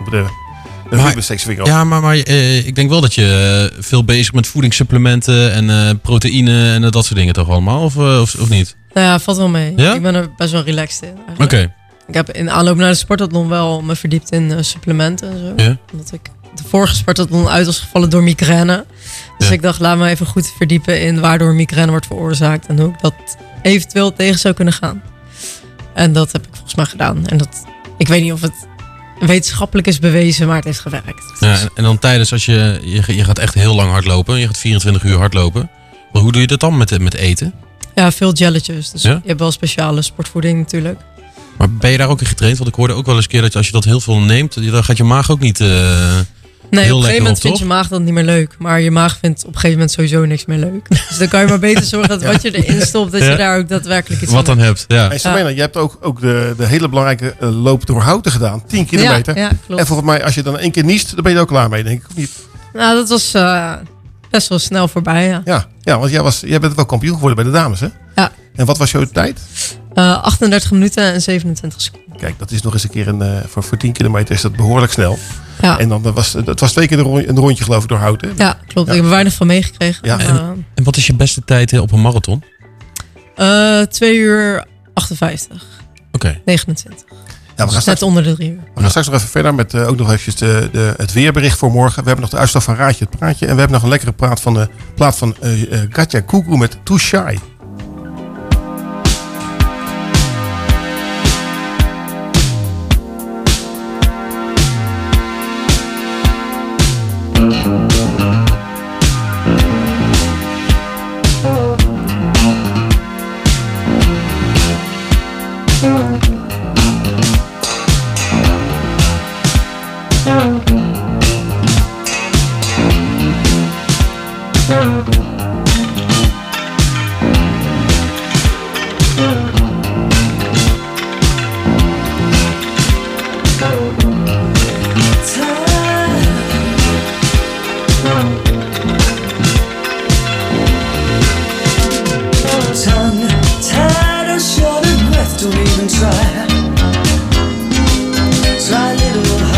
niet. Maar ik denk wel dat je veel bezig met voedingsupplementen en proteïne en dat soort dingen toch allemaal? Of niet? Nou ja, valt wel mee. Ja? Ik ben er best wel relaxed in. Oké. Ik heb in aanloop naar de sportathlon wel me verdiept in supplementen en zo. Ja? Omdat ik de vorige sportathlon uit was gevallen door migraine. Dus ik dacht, laat me even goed verdiepen in waardoor migraine wordt veroorzaakt. En hoe ik dat eventueel tegen zou kunnen gaan. En dat heb ik volgens mij gedaan. En ik weet niet of het wetenschappelijk is bewezen, maar het heeft gewerkt. Ja, en dan tijdens als je gaat echt heel lang hardlopen. Je gaat 24 uur hardlopen. Maar hoe doe je dat dan met eten? Ja, veel jelletjes. Dus Ja? je hebt wel speciale sportvoeding natuurlijk. Maar ben je daar ook in getraind? Want ik hoorde ook wel eens een keer dat als je dat heel veel neemt, dan gaat je maag ook niet Nee, heel op een gegeven lekker moment op, vindt toch? je maag dat niet meer leuk. Maar je maag vindt op een gegeven moment sowieso niks meer leuk. Dus dan kan je maar beter zorgen dat wat je erin stopt, dat je daar ook daadwerkelijk iets Wat van dan hebt, ja. Hey Samena, je hebt ook de hele belangrijke loop door Houten gedaan. 10 kilometer. Ja, klopt. En volgens mij, als je dan 1 keer niest, dan ben je er ook klaar mee, denk ik. Of niet? Nou, dat was best wel snel voorbij, ja. Ja, want jij bent wel kampioen geworden bij de dames, hè? Ja. En wat was jouw tijd? 38 minuten en 27 seconden. Kijk, dat is nog eens een keer voor 10 kilometer is dat behoorlijk snel. Ja. En dan het was 2 keer een rondje geloof ik door Houten. Ja, klopt. Ik heb er weinig van meegekregen. Ja. En wat is je beste tijd op een marathon? 2 uur 58. Oké. 29. Ja, we gaan net onder de 3 uur. We gaan straks nog even verder met ook nog eventjes het weerbericht voor morgen. We hebben nog de uitslag van Raadje het Praatje. En we hebben nog een lekkere plaat van Katja Kuku met Too Shy.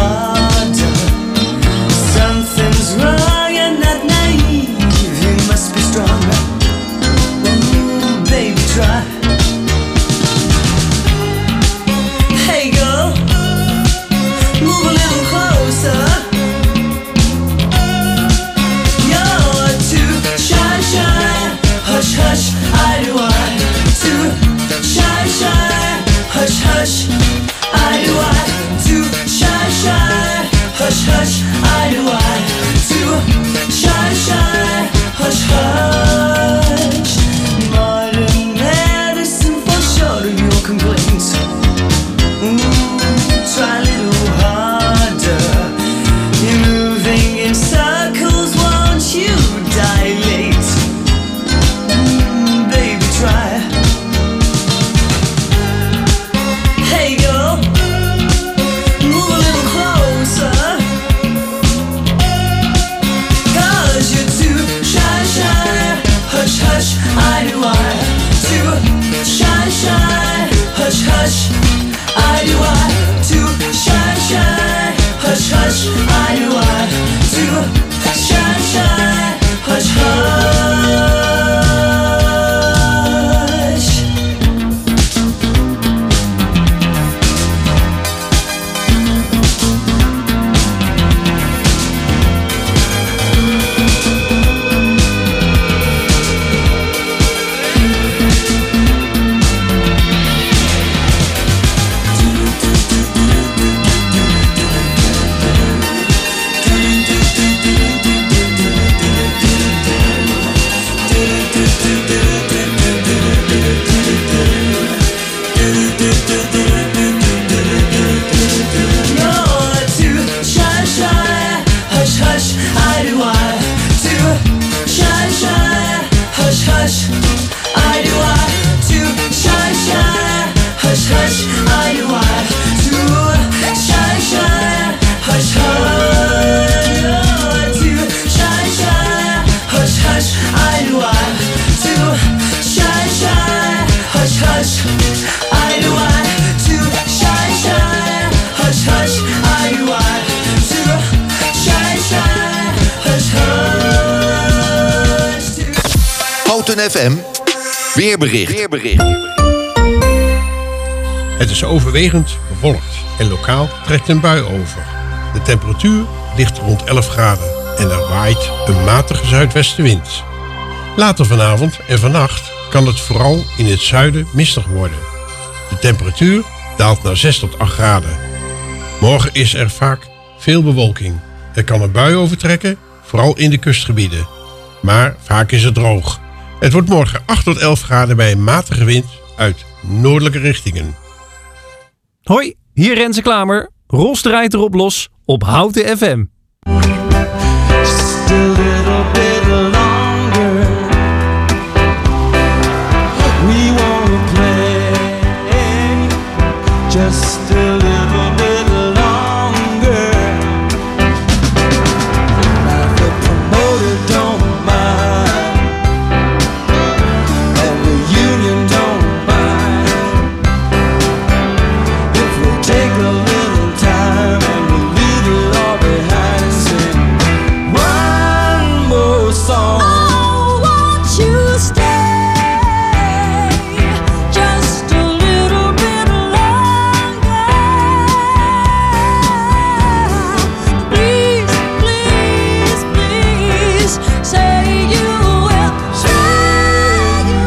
Something's wrong, you're not naive. You must Houten FM weerbericht. Het is overwegend bewolkt en lokaal trekt een bui over. De temperatuur ligt rond 11 graden en er waait een matige zuidwestenwind. Later vanavond en vannacht kan het vooral in het zuiden mistig worden. De temperatuur daalt naar 6 tot 8 graden. Morgen is er vaak veel bewolking. Er kan een bui overtrekken, vooral in de kustgebieden. Maar vaak is het droog. Het wordt morgen 8 tot 11 graden bij een matige wind uit noordelijke richtingen. Hoi, hier Renze Klamer. Ros draait erop los op Houten FM. Just a little bit longer. We wanna play. Just a little bit longer. Now the promoter don't mind, and the union don't mind. If we take a little time and we leave it all behind, sing one more song. Oh, won't you stay just a little bit longer? Please, please, please, say you will, say you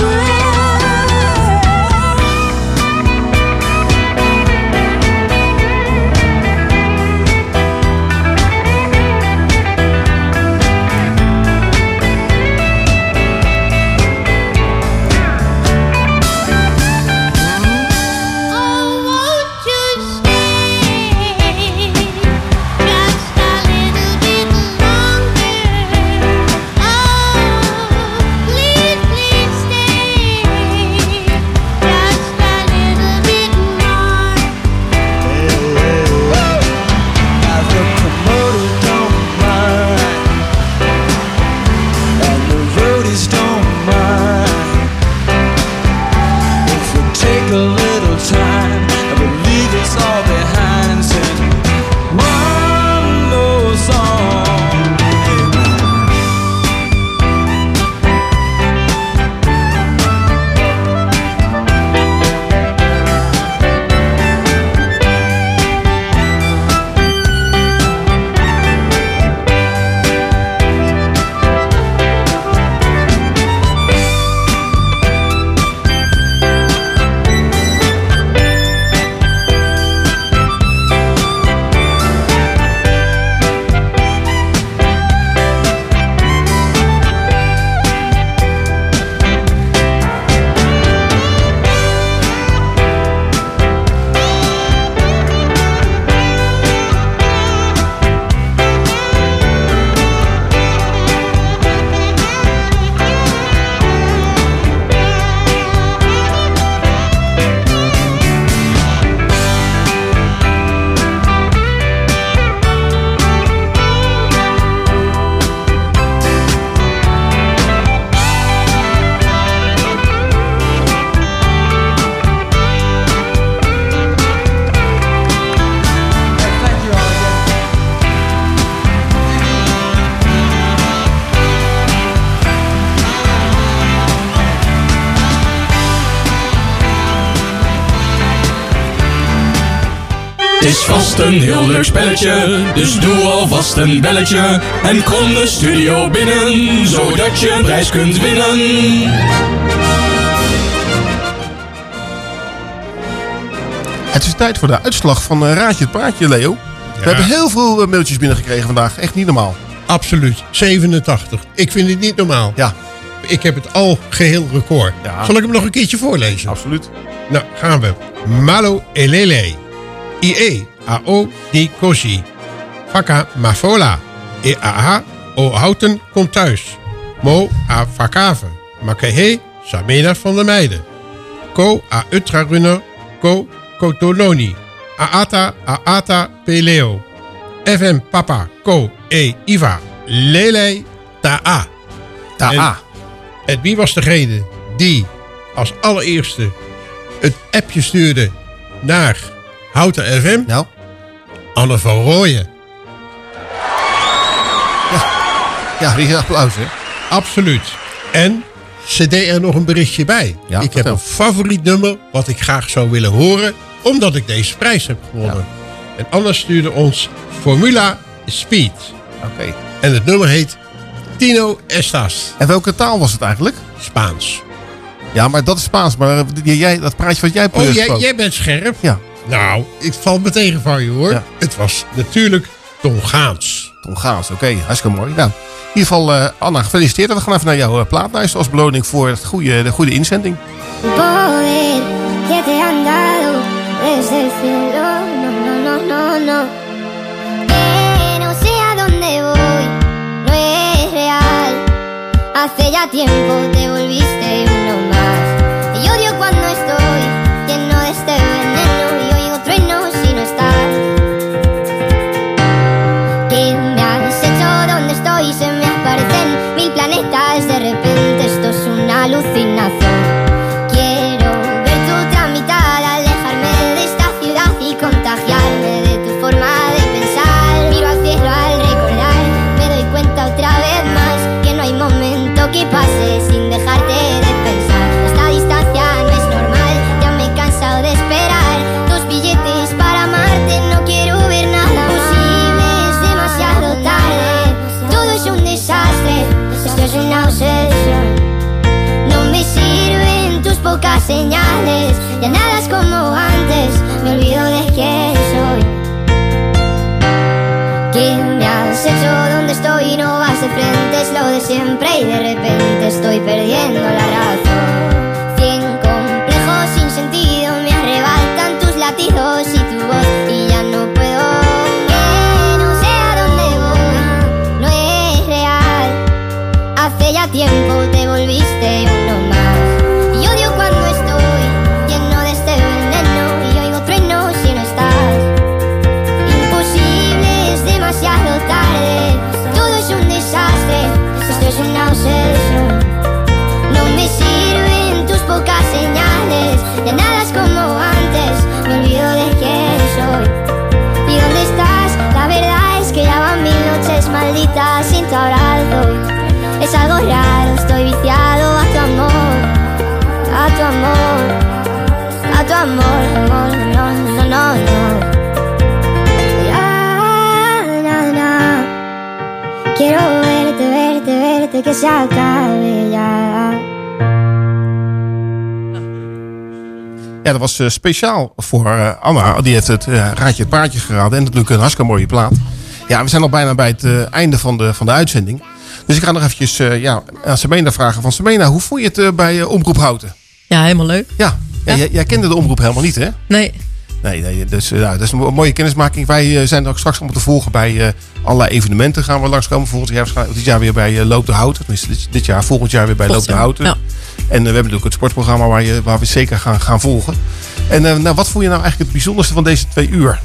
Het is vast een heel leuk spelletje, dus doe alvast een belletje. En kom de studio binnen, zodat je een prijs kunt winnen. Het is tijd voor de uitslag van Raadje het Praatje, Leo. We hebben heel veel mailtjes binnengekregen vandaag. Echt niet normaal. Absoluut. 87. Ik vind het niet normaal. Ja. Ik heb het al geheel record. Ja. Zal ik hem nog een keertje voorlezen? Absoluut. Nou, gaan we. Malo elele. IE. AO di Koshi. Faka mafola. EAH. O Houten komt thuis. Mo a Fakave. Makehe. Samena van der Meijden. Ko a Ultrarunner. Ko Kotononi. Aata Peleo. FM Papa Ko E Iva Lele Ta A. En wie was degene die als allereerste het appje stuurde naar Houten FM? Nou? Anne van Rooyen. Ja, die is applaus, hè? Absoluut. En ze deed er nog een berichtje bij. Ja, ik heb een favoriet nummer wat ik graag zou willen horen, omdat ik deze prijs heb gewonnen. Ja. En Anna stuurde ons Formula Speed. Oké. En het nummer heet Tino Estas. En welke taal was het eigenlijk? Spaans. Ja, maar dat is Spaans. Maar dat praatje wat jij jij bent scherp? Ja. Nou, ik val me tegen van je hoor. Ja. Het was natuurlijk Tongaans. Tongaans, oké. Hartstikke mooi. Nou, in ieder geval, Anna, gefeliciteerd. We gaan even naar jouw plaatlijst als beloning voor de goede inzending. Poder que te han dado desde el cielo, no. Que no sé a dónde voy, no es real. Hace ya tiempo te volviste uno más. Y odio cuando estoy lleno de este veneno y oigo truenos si no estás. ¿Qué me has hecho? ¿Dónde estoy? Se me aparecen mil planetas. De repente esto es una alucinación. Quiero ver tu tramitada, alejarme de esta ciudad y contagiarme de tu forma de pensar. Miro al cielo al recordar, me doy cuenta otra vez más que no hay momento que pase sin dejarte de pensar. Esta distancia no es normal, ya me he cansado de esperar. Tus billetes para amarte, no quiero ver nada posible, es demasiado tarde. Todo es un desastre, esto es una obsesión. No me sirven tus pocas señales, ya nada es como antes, me olvido de quién soy. ¿Qué me has hecho? ¿Dónde estoy? No vas de frente, es lo de siempre y de repente estoy perdiendo la razón. 100 complejos sin sentido me arrebatan tus latidos y tu voz y ya no puedo. Que no sé a dónde voy, no es real. Hace ya tiempo te volviste uno más. Y odio cuando estoy lleno de este veneno y oigo truenos si no estás. Imposible, es demasiado tarde. Todo es un desastre, esto es una obsesión. No me sirven tus pocas señales, ya nada es como antes, me olvido de quién soy. ¿Y dónde estás? La verdad es que ya van 1000 noches malditas sin tu abrazo. Es algo raro, estoy viciado a tu amor, a tu amor, a tu amor, amor, no. Quiero verte, que se acabe ya. Ja, dat was speciaal voor Anna. Die heeft het raadje het paardje geraden. En natuurlijk een hartstikke mooie plaat. Ja, we zijn al bijna bij het einde van de uitzending. Dus ik ga nog eventjes aan Semena vragen. Van Semena, hoe voel je het bij Omroep Houten? Ja, helemaal leuk. Ja. Jij kende de omroep helemaal niet, hè? Nee. Nee, dus dat is een mooie kennismaking. Wij zijn ook straks allemaal te volgen bij allerlei evenementen. Gaan we langskomen volgend jaar. Dit jaar weer bij Loop de Houten. Tenminste, dit jaar, volgend jaar weer bij Loop de Houten. Ja. En we hebben natuurlijk het sportprogramma waar we zeker gaan volgen. En wat voel je nou eigenlijk het bijzonderste van deze 2 uur?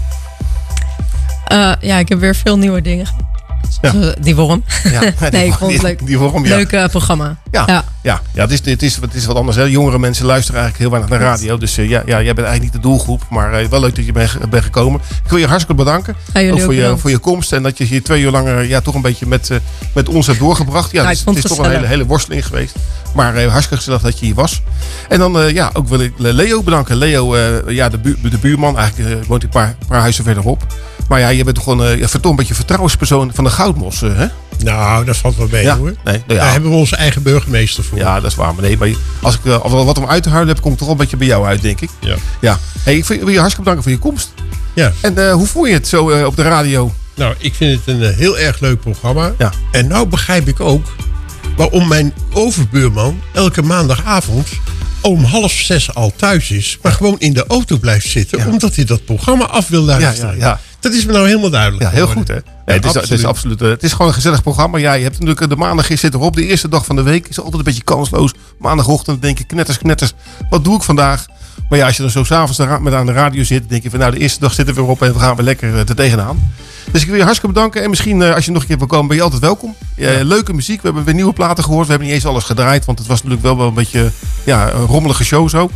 Ik heb weer veel nieuwe dingen. Ja. Die worm. Ja, nee, ik vond het leuk. Die worm, ja. Leuk programma. Ja, het is wat anders. Hè. Jongere mensen luisteren eigenlijk heel weinig naar radio. Dus jij bent eigenlijk niet de doelgroep. Maar wel leuk dat je bent gekomen. Ik wil je hartstikke bedanken. Voor je komst. En dat je hier 2 uur langer toch een beetje met ons hebt doorgebracht. Ja, het is toch een hele worsteling geweest. Maar hartstikke gezellig dat je hier was. En dan ook wil ik Leo bedanken. Leo, de buurman. Eigenlijk woont hij een paar huizen verderop. Maar ja, je bent toch gewoon een beetje vertrouwenspersoon van de Goudmos, hè? Nou, dat valt wel mee, hoor. Nee, daar hebben we onze eigen burgemeester voor. Ja, dat is waar. Maar als ik wat om uit te huilen heb, kom ik toch wel een beetje bij jou uit, denk ik. Ja. Hey, ik wil je hartstikke bedanken voor je komst. Ja. En hoe voel je het zo op de radio? Nou, ik vind het een heel erg leuk programma. Ja. En nou begrijp ik ook waarom mijn overbuurman elke maandagavond om 5:30 al thuis is, maar gewoon in de auto blijft zitten, omdat hij dat programma af wil luisteren. Ja. Dat is me nou helemaal duidelijk. Ja, heel goed, hè? Nee, het is absoluut. Het is gewoon een gezellig programma. Ja, je hebt natuurlijk de maandag zit erop. De eerste dag van de week is altijd een beetje kansloos. Maandagochtend denk je knetters. Wat doe ik vandaag? Maar ja, als je dan zo s'avonds met aan de radio zit, denk je van nou, de eerste dag zitten we weer op en we gaan weer lekker er tegenaan. Dus ik wil je hartstikke bedanken. En misschien als je nog een keer wil komen, ben je altijd welkom. Leuke muziek. We hebben weer nieuwe platen gehoord. We hebben niet eens alles gedraaid, want het was natuurlijk wel een beetje een rommelige show zo.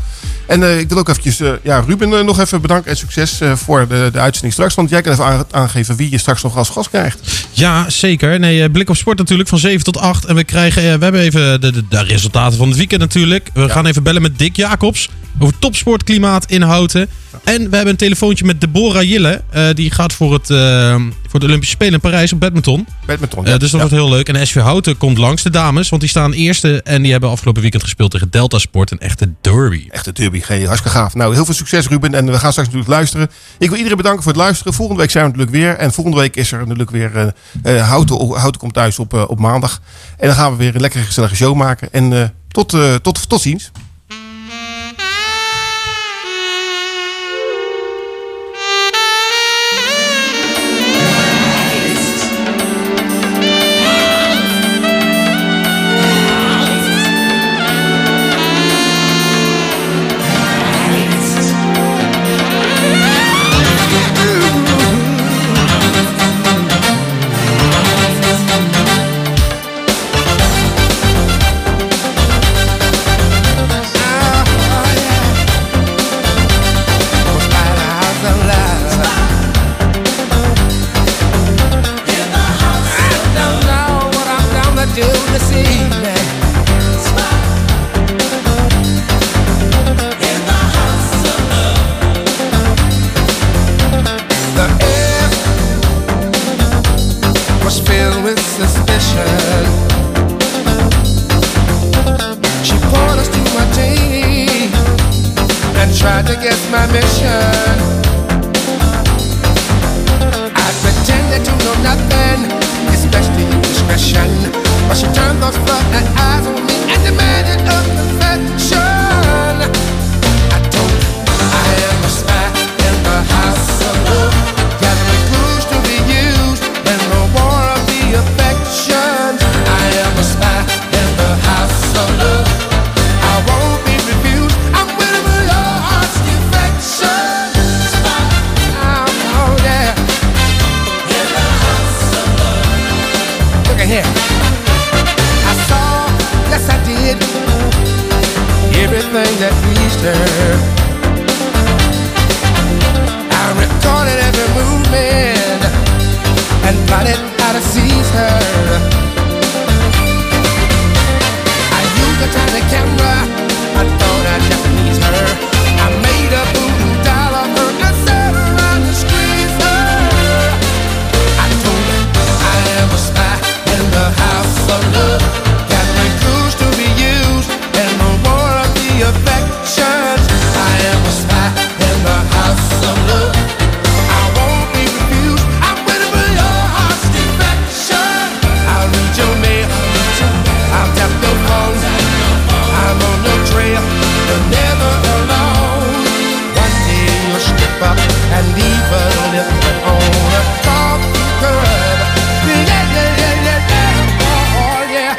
En ik wil ook eventjes Ruben nog even bedanken en succes voor de uitzending straks. Want jij kan even aangeven wie je straks nog als gast krijgt. Ja, zeker. Nee, Blik op Sport natuurlijk van 7 tot 8. En we hebben even de resultaten van het weekend natuurlijk. We gaan even bellen met Dick Jacobs over topsportklimaat in Houten. En we hebben een telefoontje met Deborah Jille. Die gaat voor de Olympische Spelen in Parijs op badminton. Dus dat wordt heel leuk. En de SV Houten komt langs, de dames. Want die staan eerste en die hebben afgelopen weekend gespeeld tegen Delta Sport. Een echte derby. Echte derby, hartstikke gaaf. Nou, heel veel succes Ruben. En we gaan straks natuurlijk luisteren. Ik wil iedereen bedanken voor het luisteren. Volgende week zijn we natuurlijk weer. En volgende week is er natuurlijk weer Houten komt thuis op maandag. En dan gaan we weer een lekkere gezellige show maken. En tot ziens. Tried to guess my mission. I pretended to know nothing, especially indiscretion. But she turned those floodlight eyes on me and demanded a confession. I told her I am a spy in the house of love, gathering clues to be used in the war of the affections. I am a spy in the house of love. I won't be refused. I'm waiting for your heart's defection. Oh yeah. In the house of love. Look at here. I saw, yes I did, everything that pleased her. I recorded every movement and plotted how to seize her. I used a tiny camera, I thought I'd Japanese her. I made a voodoo doll of her and sat around and squeezed her. I told her I am a spy in the house of love, gathering clues to be used in the war of the affections. I am a spy in the house of love. I won't be refused. I'm waiting for your heart's defection. I'll read your mail, I'll tap your phone. I'm on your trail, you're never alone. One day you'll slip up and leave a lip on a coffee curb. Yeah, yeah, yeah, yeah, yeah, oh yeah.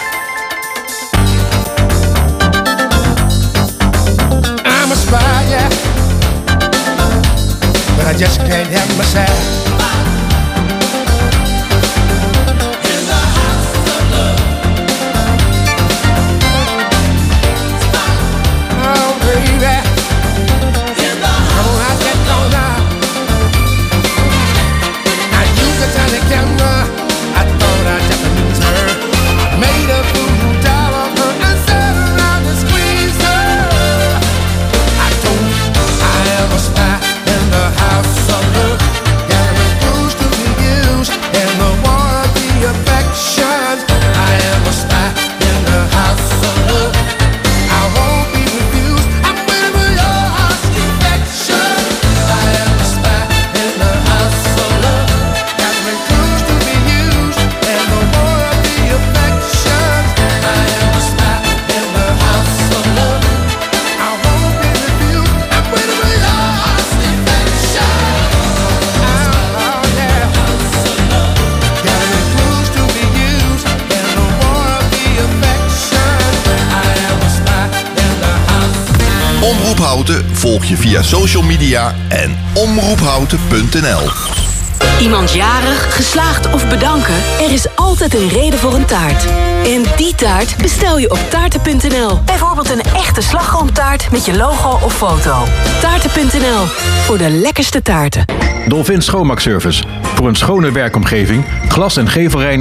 I'm a spy, yeah, but I just can't help myself. Oh, baby, come on, I get on now. I used a tiny camera, I thought I'd Japanese her. Made a voodoo doll of her and sat around and squeezed her. I told her I am a spy in the house of love, gathering clues to be used in the war of the affections. I am a spy in the house of love. I won't be refused. I'm waiting for your heart's defection. I am a spy in the house of love, gathering clues to be used in the war of the affections. I am a spy in the house of love. I won't be refused. I'm waiting for your heart's defection. Oh yeah, gathering clues to be used in the war of the affections. I am a spy in the house. Omroep Houten volg je via social media en omroephouten.nl. Iemand jarig, geslaagd of bedanken? Er is altijd een reden voor een taart. En die taart bestel je op taarten.nl. Bijvoorbeeld een echte slagroomtaart met je logo of foto. Taarten.nl, voor de lekkerste taarten. Dolphin Schoonmaakservice. Voor een schone werkomgeving, glas- en gevelreiniging